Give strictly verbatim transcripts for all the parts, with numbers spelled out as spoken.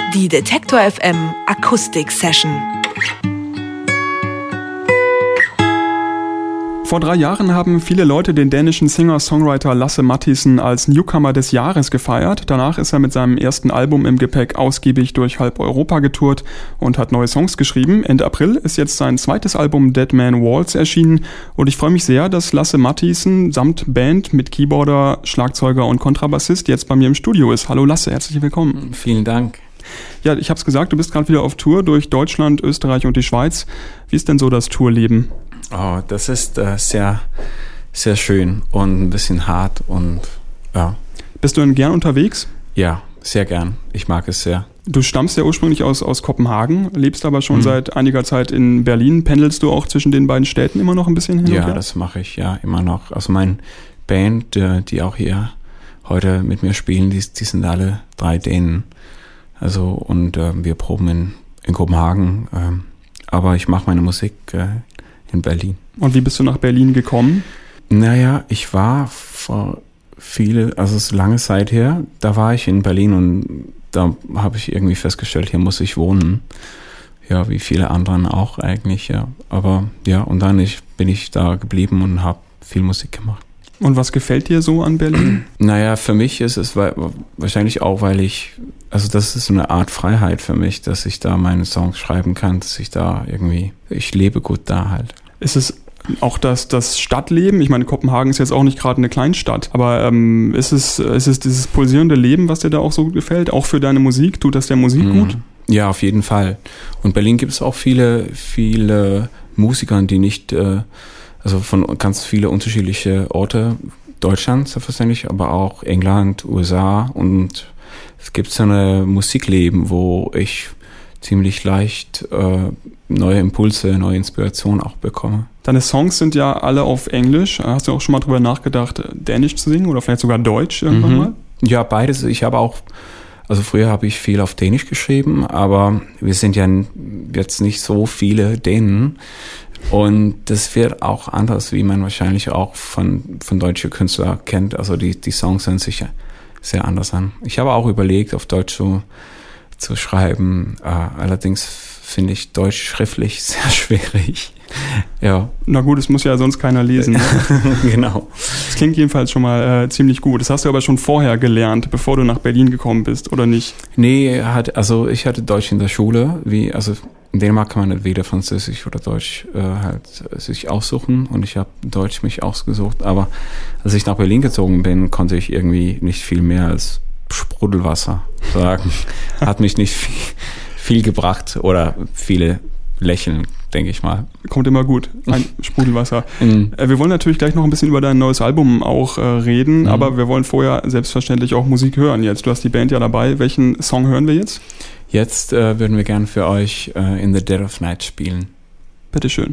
Die Detektor F M Akustik Session. Vor drei Jahren haben viele Leute den dänischen Singer-Songwriter Lasse Matthiesen als Newcomer des Jahres gefeiert. Danach ist er mit seinem ersten Album im Gepäck ausgiebig durch halb Europa getourt und hat neue Songs geschrieben. Ende April ist jetzt sein zweites Album Dead Man Waltz erschienen und ich freue mich sehr, dass Lasse Matthiesen samt Band mit Keyboarder, Schlagzeuger und Kontrabassist jetzt bei mir im Studio ist. Hallo Lasse, herzlich willkommen. Vielen Dank. Ja, ich habe es gesagt, du bist gerade wieder auf Tour durch Deutschland, Österreich und die Schweiz. Wie ist denn so das Tourleben? Oh, das ist äh, sehr, sehr schön und ein bisschen hart und ja. Bist du denn gern unterwegs? Ja, sehr gern. Ich mag es sehr. Du stammst ja ursprünglich aus, aus Kopenhagen, lebst aber schon mhm. seit einiger Zeit in Berlin. Pendelst du auch zwischen den beiden Städten immer noch ein bisschen hin und her? Ja, das mache ich ja immer noch. Also meine Band, die, die auch hier heute mit mir spielen, die, die sind alle drei Dänen. Also und äh, wir proben in, in Kopenhagen, äh, aber ich mache meine Musik äh, in Berlin. Und wie bist du nach Berlin gekommen? Naja, ich war vor viele, also es ist lange Zeit her, da war ich in Berlin und da habe ich irgendwie festgestellt, hier muss ich wohnen. Ja, wie viele anderen auch eigentlich, ja. Aber ja, und dann ich, bin ich da geblieben und habe viel Musik gemacht. Und was gefällt dir so an Berlin? Naja, für mich ist es wahrscheinlich auch, weil ich, also das ist so eine Art Freiheit für mich, dass ich da meine Songs schreiben kann, dass ich da irgendwie, ich lebe gut da halt. Ist es auch das, das Stadtleben? Ich meine, Kopenhagen ist jetzt auch nicht gerade eine Kleinstadt, aber ähm, ist es, ist es dieses pulsierende Leben, was dir da auch so gefällt? Auch für deine Musik? Tut das der Musik mhm. gut? Ja, auf jeden Fall. Und Berlin gibt es auch viele, viele Musiker, die nicht, äh, also von ganz viele unterschiedliche Orte, Deutschland selbstverständlich, aber auch England, U S A, und es gibt so ein Musikleben, wo ich ziemlich leicht äh, neue Impulse, neue Inspirationen auch bekomme. Deine Songs sind ja alle auf Englisch. Hast du auch schon mal drüber nachgedacht, Dänisch zu singen oder vielleicht sogar Deutsch irgendwann mhm. mal? Ja, beides. Ich habe auch, also früher habe ich viel auf Dänisch geschrieben, aber wir sind ja jetzt nicht so viele Dänen. Und das wird auch anders, wie man wahrscheinlich auch von, von deutschen Künstlern kennt. Also die, die Songs hören sich sehr anders an. Ich habe auch überlegt, auf Deutsch zu, zu schreiben. Uh, allerdings finde ich Deutsch schriftlich sehr schwierig. Ja. Na gut, es muss ja sonst keiner lesen. Ne? Genau. Das klingt jedenfalls schon mal äh, ziemlich gut. Das hast du aber schon vorher gelernt, bevor du nach Berlin gekommen bist, oder nicht? Nee, hat, also ich hatte Deutsch in der Schule. Wie, also in Dänemark kann man entweder Französisch oder Deutsch äh, halt sich aussuchen, und ich habe Deutsch mich ausgesucht. Aber als ich nach Berlin gezogen bin, konnte ich irgendwie nicht viel mehr als Sprudelwasser sagen. Hat mich nicht viel, viel gebracht oder viele Lächeln, denke ich mal. Kommt immer gut, ein Sprudelwasser. Mhm. Äh, wir wollen natürlich gleich noch ein bisschen über dein neues Album auch äh, reden, mhm. aber wir wollen vorher selbstverständlich auch Musik hören jetzt. Du hast die Band ja dabei. Welchen Song hören wir jetzt? Jetzt äh, würden wir gerne für euch äh, In the Dead of Night spielen. Bitteschön.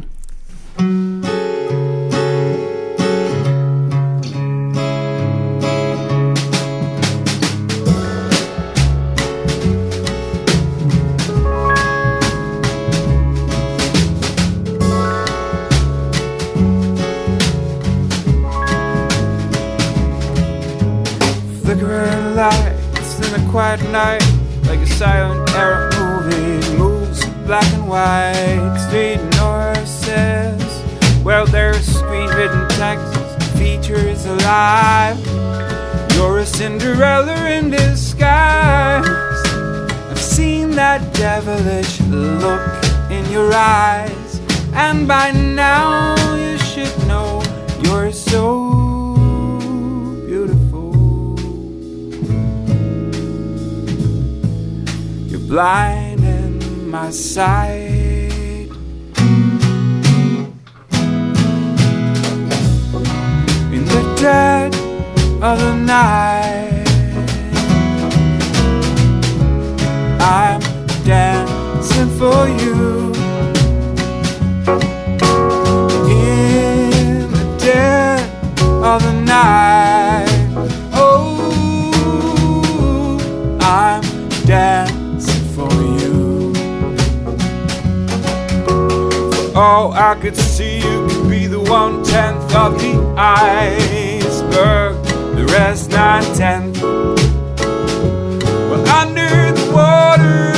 Flickering lights in a quiet night, like a silent era movie, moves black and white. Street north says, well, there's screen-written text, the feature is alive. You're a Cinderella in disguise. I've seen that devilish look in your eyes, and by now you should know you're so blind in my sight. In the dead of the night, I'm dancing for you. In the dead of the night, oh, I'm dancing. Oh, I could see you could be the one-tenth of the iceberg, the rest nine-tenths. Well, under the water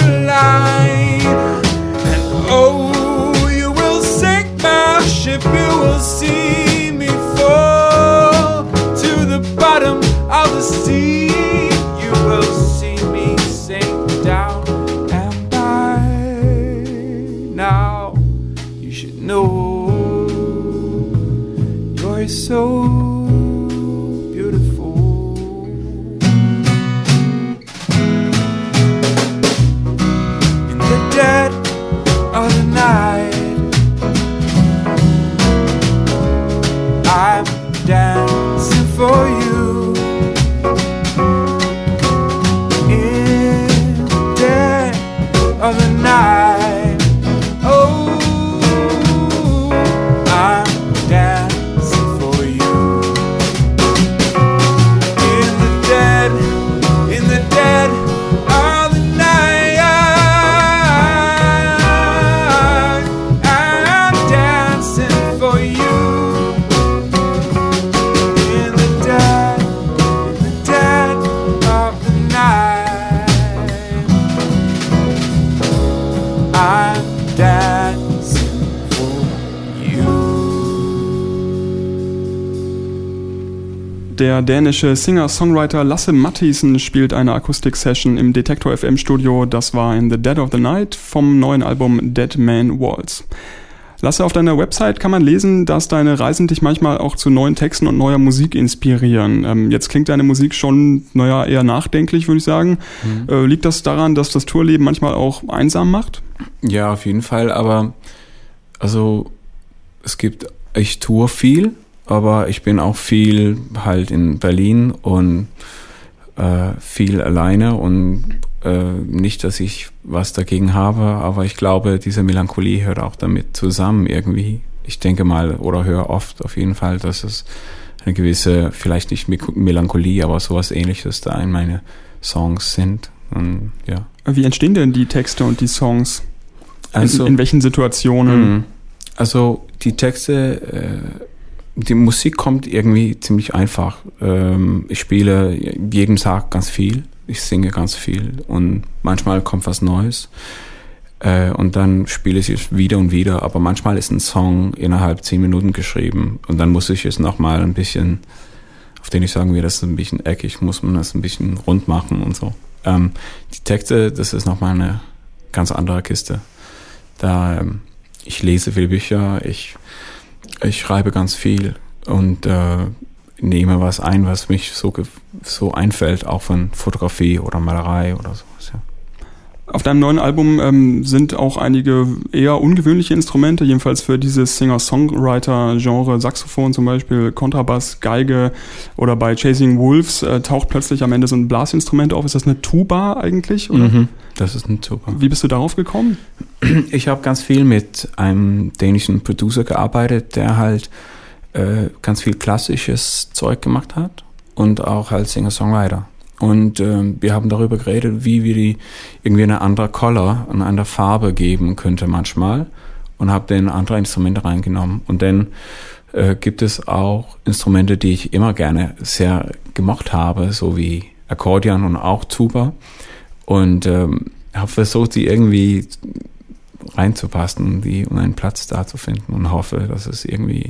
of the night. Oh, I'm dancing for you. In the dead, in the dead of the night, I'm dancing for you. In the dead, in the dead of the night, I'm dancing for you. Der dänische Singer-Songwriter Lasse Matthiesen spielt eine Akustik-Session im Detektor F M Studio. Das war in The Dead of the Night vom neuen Album Dead Man Waltz. Lasse, auf deiner Website kann man lesen, dass deine Reisen dich manchmal auch zu neuen Texten und neuer Musik inspirieren. Ähm, jetzt klingt deine Musik schon, naja, eher nachdenklich, würde ich sagen. Mhm. Äh, liegt das daran, dass das Tourleben manchmal auch einsam macht? Ja, auf jeden Fall, aber also es gibt, ich tour viel, aber ich bin auch viel halt in Berlin und äh, viel alleine und äh, nicht, dass ich was dagegen habe, aber ich glaube, diese Melancholie hört auch damit zusammen irgendwie. Ich denke mal oder höre oft auf jeden Fall, dass es eine gewisse, vielleicht nicht Melancholie, aber sowas Ähnliches da in meine Songs sind. Und, ja. Wie entstehen denn die Texte und die Songs? Also, in, in welchen Situationen? Also die Texte, äh, die Musik kommt irgendwie ziemlich einfach. Ähm, ich spiele jeden Tag ganz viel, ich singe ganz viel und manchmal kommt was Neues äh, und dann spiele ich es wieder und wieder, aber manchmal ist ein Song innerhalb zehn Minuten geschrieben und dann muss ich es nochmal ein bisschen, auf den ich sagen will, das ist ein bisschen eckig, muss man das ein bisschen rund machen und so. Ähm, die Texte, das ist nochmal eine ganz andere Kiste. Da ähm, ich lese viele Bücher, ich, ich schreibe ganz viel und äh, nehme was ein, was mich so, so einfällt, auch von Fotografie oder Malerei oder sowas, ja. Auf deinem neuen Album ähm, sind auch einige eher ungewöhnliche Instrumente, jedenfalls für dieses Singer-Songwriter-Genre, Saxophon zum Beispiel, Kontrabass, Geige oder bei Chasing Wolves äh, taucht plötzlich am Ende so ein Blasinstrument auf. Ist das eine Tuba eigentlich? Oder? Mhm, das ist eine Tuba. Wie bist du darauf gekommen? Ich habe ganz viel mit einem dänischen Producer gearbeitet, der halt äh, ganz viel klassisches Zeug gemacht hat und auch als Singer-Songwriter. Und äh, wir haben darüber geredet, wie wir die irgendwie eine andere Color, eine andere Farbe geben könnte manchmal und habe dann andere Instrumente reingenommen. Und dann äh, gibt es auch Instrumente, die ich immer gerne sehr gemocht habe, so wie Akkordeon und auch Tuba. Und ähm, habe versucht, die irgendwie reinzupassen und die um einen Platz da zu finden und hoffe, dass es irgendwie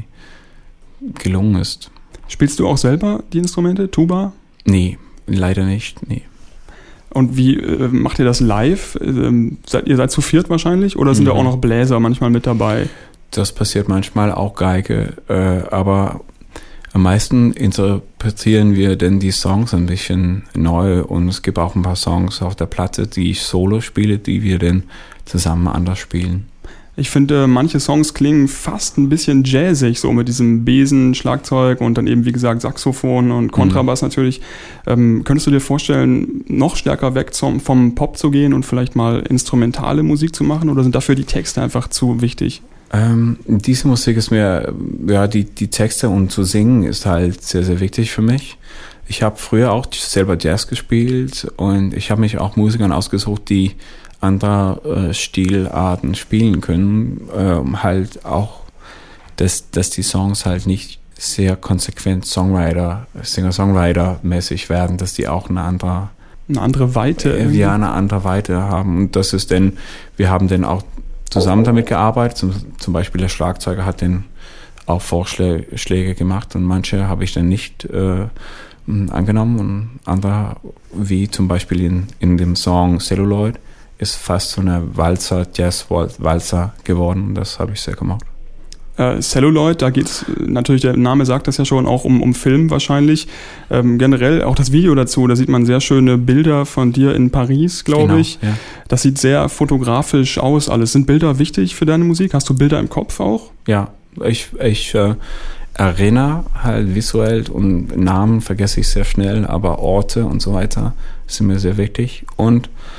gelungen ist. Spielst du auch selber die Instrumente, Tuba? Nee. Leider nicht, nee. Und wie äh, macht ihr das live? Ähm, seid, ihr seid zu viert wahrscheinlich oder sind mhm. da auch noch Bläser manchmal mit dabei? Das passiert manchmal, auch Geige, äh, aber am meisten interpretieren wir denn die Songs ein bisschen neu und es gibt auch ein paar Songs auf der Platte, die ich solo spiele, die wir dann zusammen anders spielen. Ich finde, manche Songs klingen fast ein bisschen jazzig, so mit diesem Besen, Schlagzeug und dann eben, wie gesagt, Saxophon und Kontrabass mhm. natürlich. Ähm, könntest du dir vorstellen, noch stärker weg zum, vom Pop zu gehen und vielleicht mal instrumentale Musik zu machen oder sind dafür die Texte einfach zu wichtig? Ähm, diese Musik ist mir, ja, die, die Texte und zu singen ist halt sehr, sehr wichtig für mich. Ich habe früher auch selber Jazz gespielt und ich habe mich auch Musikern ausgesucht, die andere äh, Stilarten spielen können, ähm, halt auch, dass, dass die Songs halt nicht sehr konsequent Songwriter, Singer-Songwriter-mäßig werden, dass die auch eine andere eine andere Weite äh, ja, eine andere Weite haben und das ist denn, wir haben dann auch zusammen damit gearbeitet, zum, zum Beispiel der Schlagzeuger hat dann auch Vorschläge gemacht und manche habe ich dann nicht äh, angenommen und andere, wie zum Beispiel in, in dem Song Celluloid, ist fast so eine Walzer, Jazz-Walzer geworden. Das habe ich sehr gemacht. Äh, Celluloid, da geht es natürlich, der Name sagt das ja schon, auch um, um Film wahrscheinlich. Ähm, generell auch das Video dazu, da sieht man sehr schöne Bilder von dir in Paris, glaube genau, ich. Ja. Das sieht sehr fotografisch aus alles. Sind Bilder wichtig für deine Musik? Hast du Bilder im Kopf auch? Ja, ich, ich äh, erinnere halt visuell und Namen vergesse ich sehr schnell, aber Orte und so weiter sind mir sehr wichtig. Und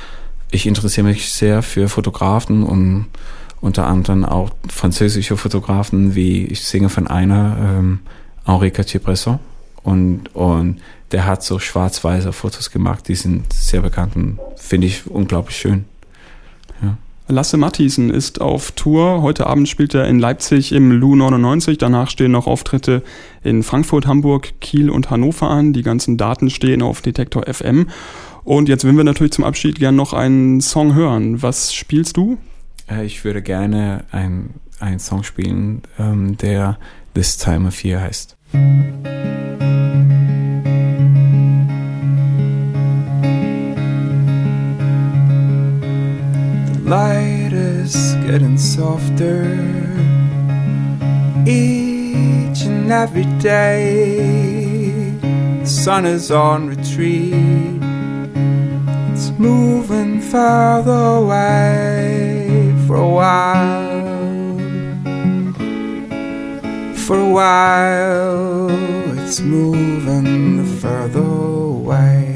ich interessiere mich sehr für Fotografen und unter anderem auch französische Fotografen, wie ich singe von einer, ähm, Henri Cartier-Bresson. Und, und der hat so schwarz-weiße Fotos gemacht, die sind sehr bekannt und finde ich unglaublich schön. Ja. Lasse Matthiessen ist auf Tour. Heute Abend spielt er in Leipzig im Lou neunundneunzig. Danach stehen noch Auftritte in Frankfurt, Hamburg, Kiel und Hannover an. Die ganzen Daten stehen auf Detektor F M. Und jetzt würden wir natürlich zum Abschied gerne noch einen Song hören. Was spielst du? Ich würde gerne einen, einen Song spielen, ähm, der This Time of Year heißt. Light is getting softer each and every day. The sun is on retreat. It's moving farther away for a while. For a while, it's moving further away.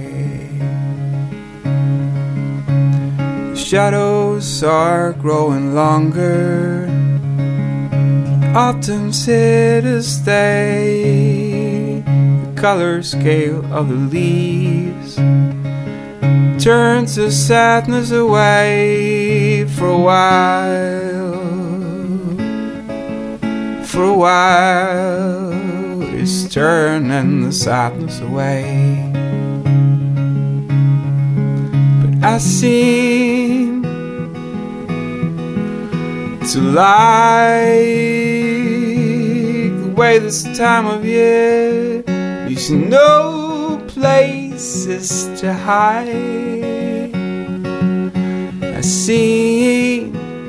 Shadows are growing longer. Autumn's here to stay. The color scale of the leaves turns the sadness away for a while. For a while, it's turning the sadness away. But I seem to like the way this time of year leaves no places to hide. I seem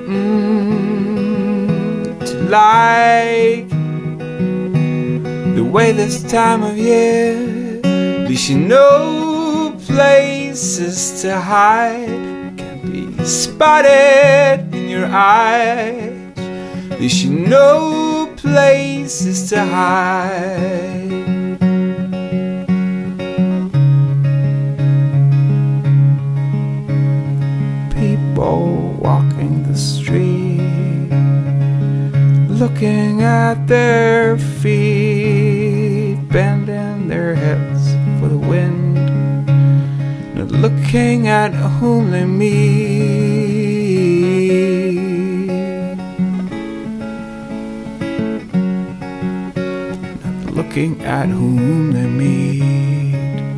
mm, to like the way this time of year leaves no places to hide. Be spotted in your eyes. There's no places to hide. People walking the street, looking at their feet, bending their heads for the wind, not looking at whom they meet. Not looking at whom they meet.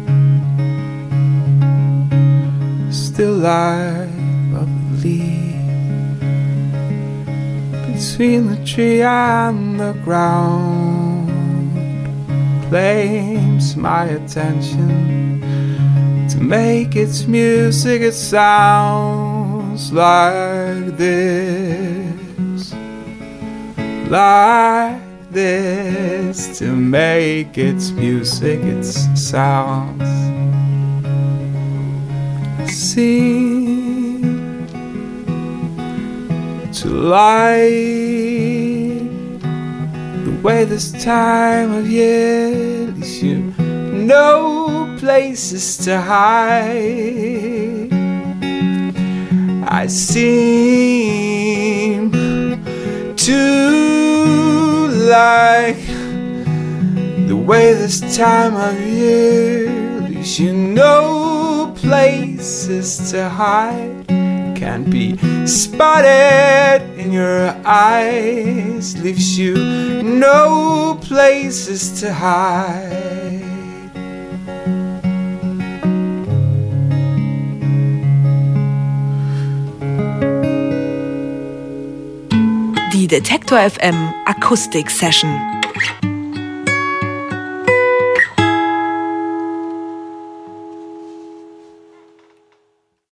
Still life of the leaf between the tree and the ground claims my attention. To make its music, it sounds like this, like this. To make its music, its sounds seem to like the way this time of year leaves you no places to hide. I seem to like the way this time of year leaves you no places to hide. Can't be spotted in your eyes. Leaves you no places to hide. Die Detektor F M Akustik Session.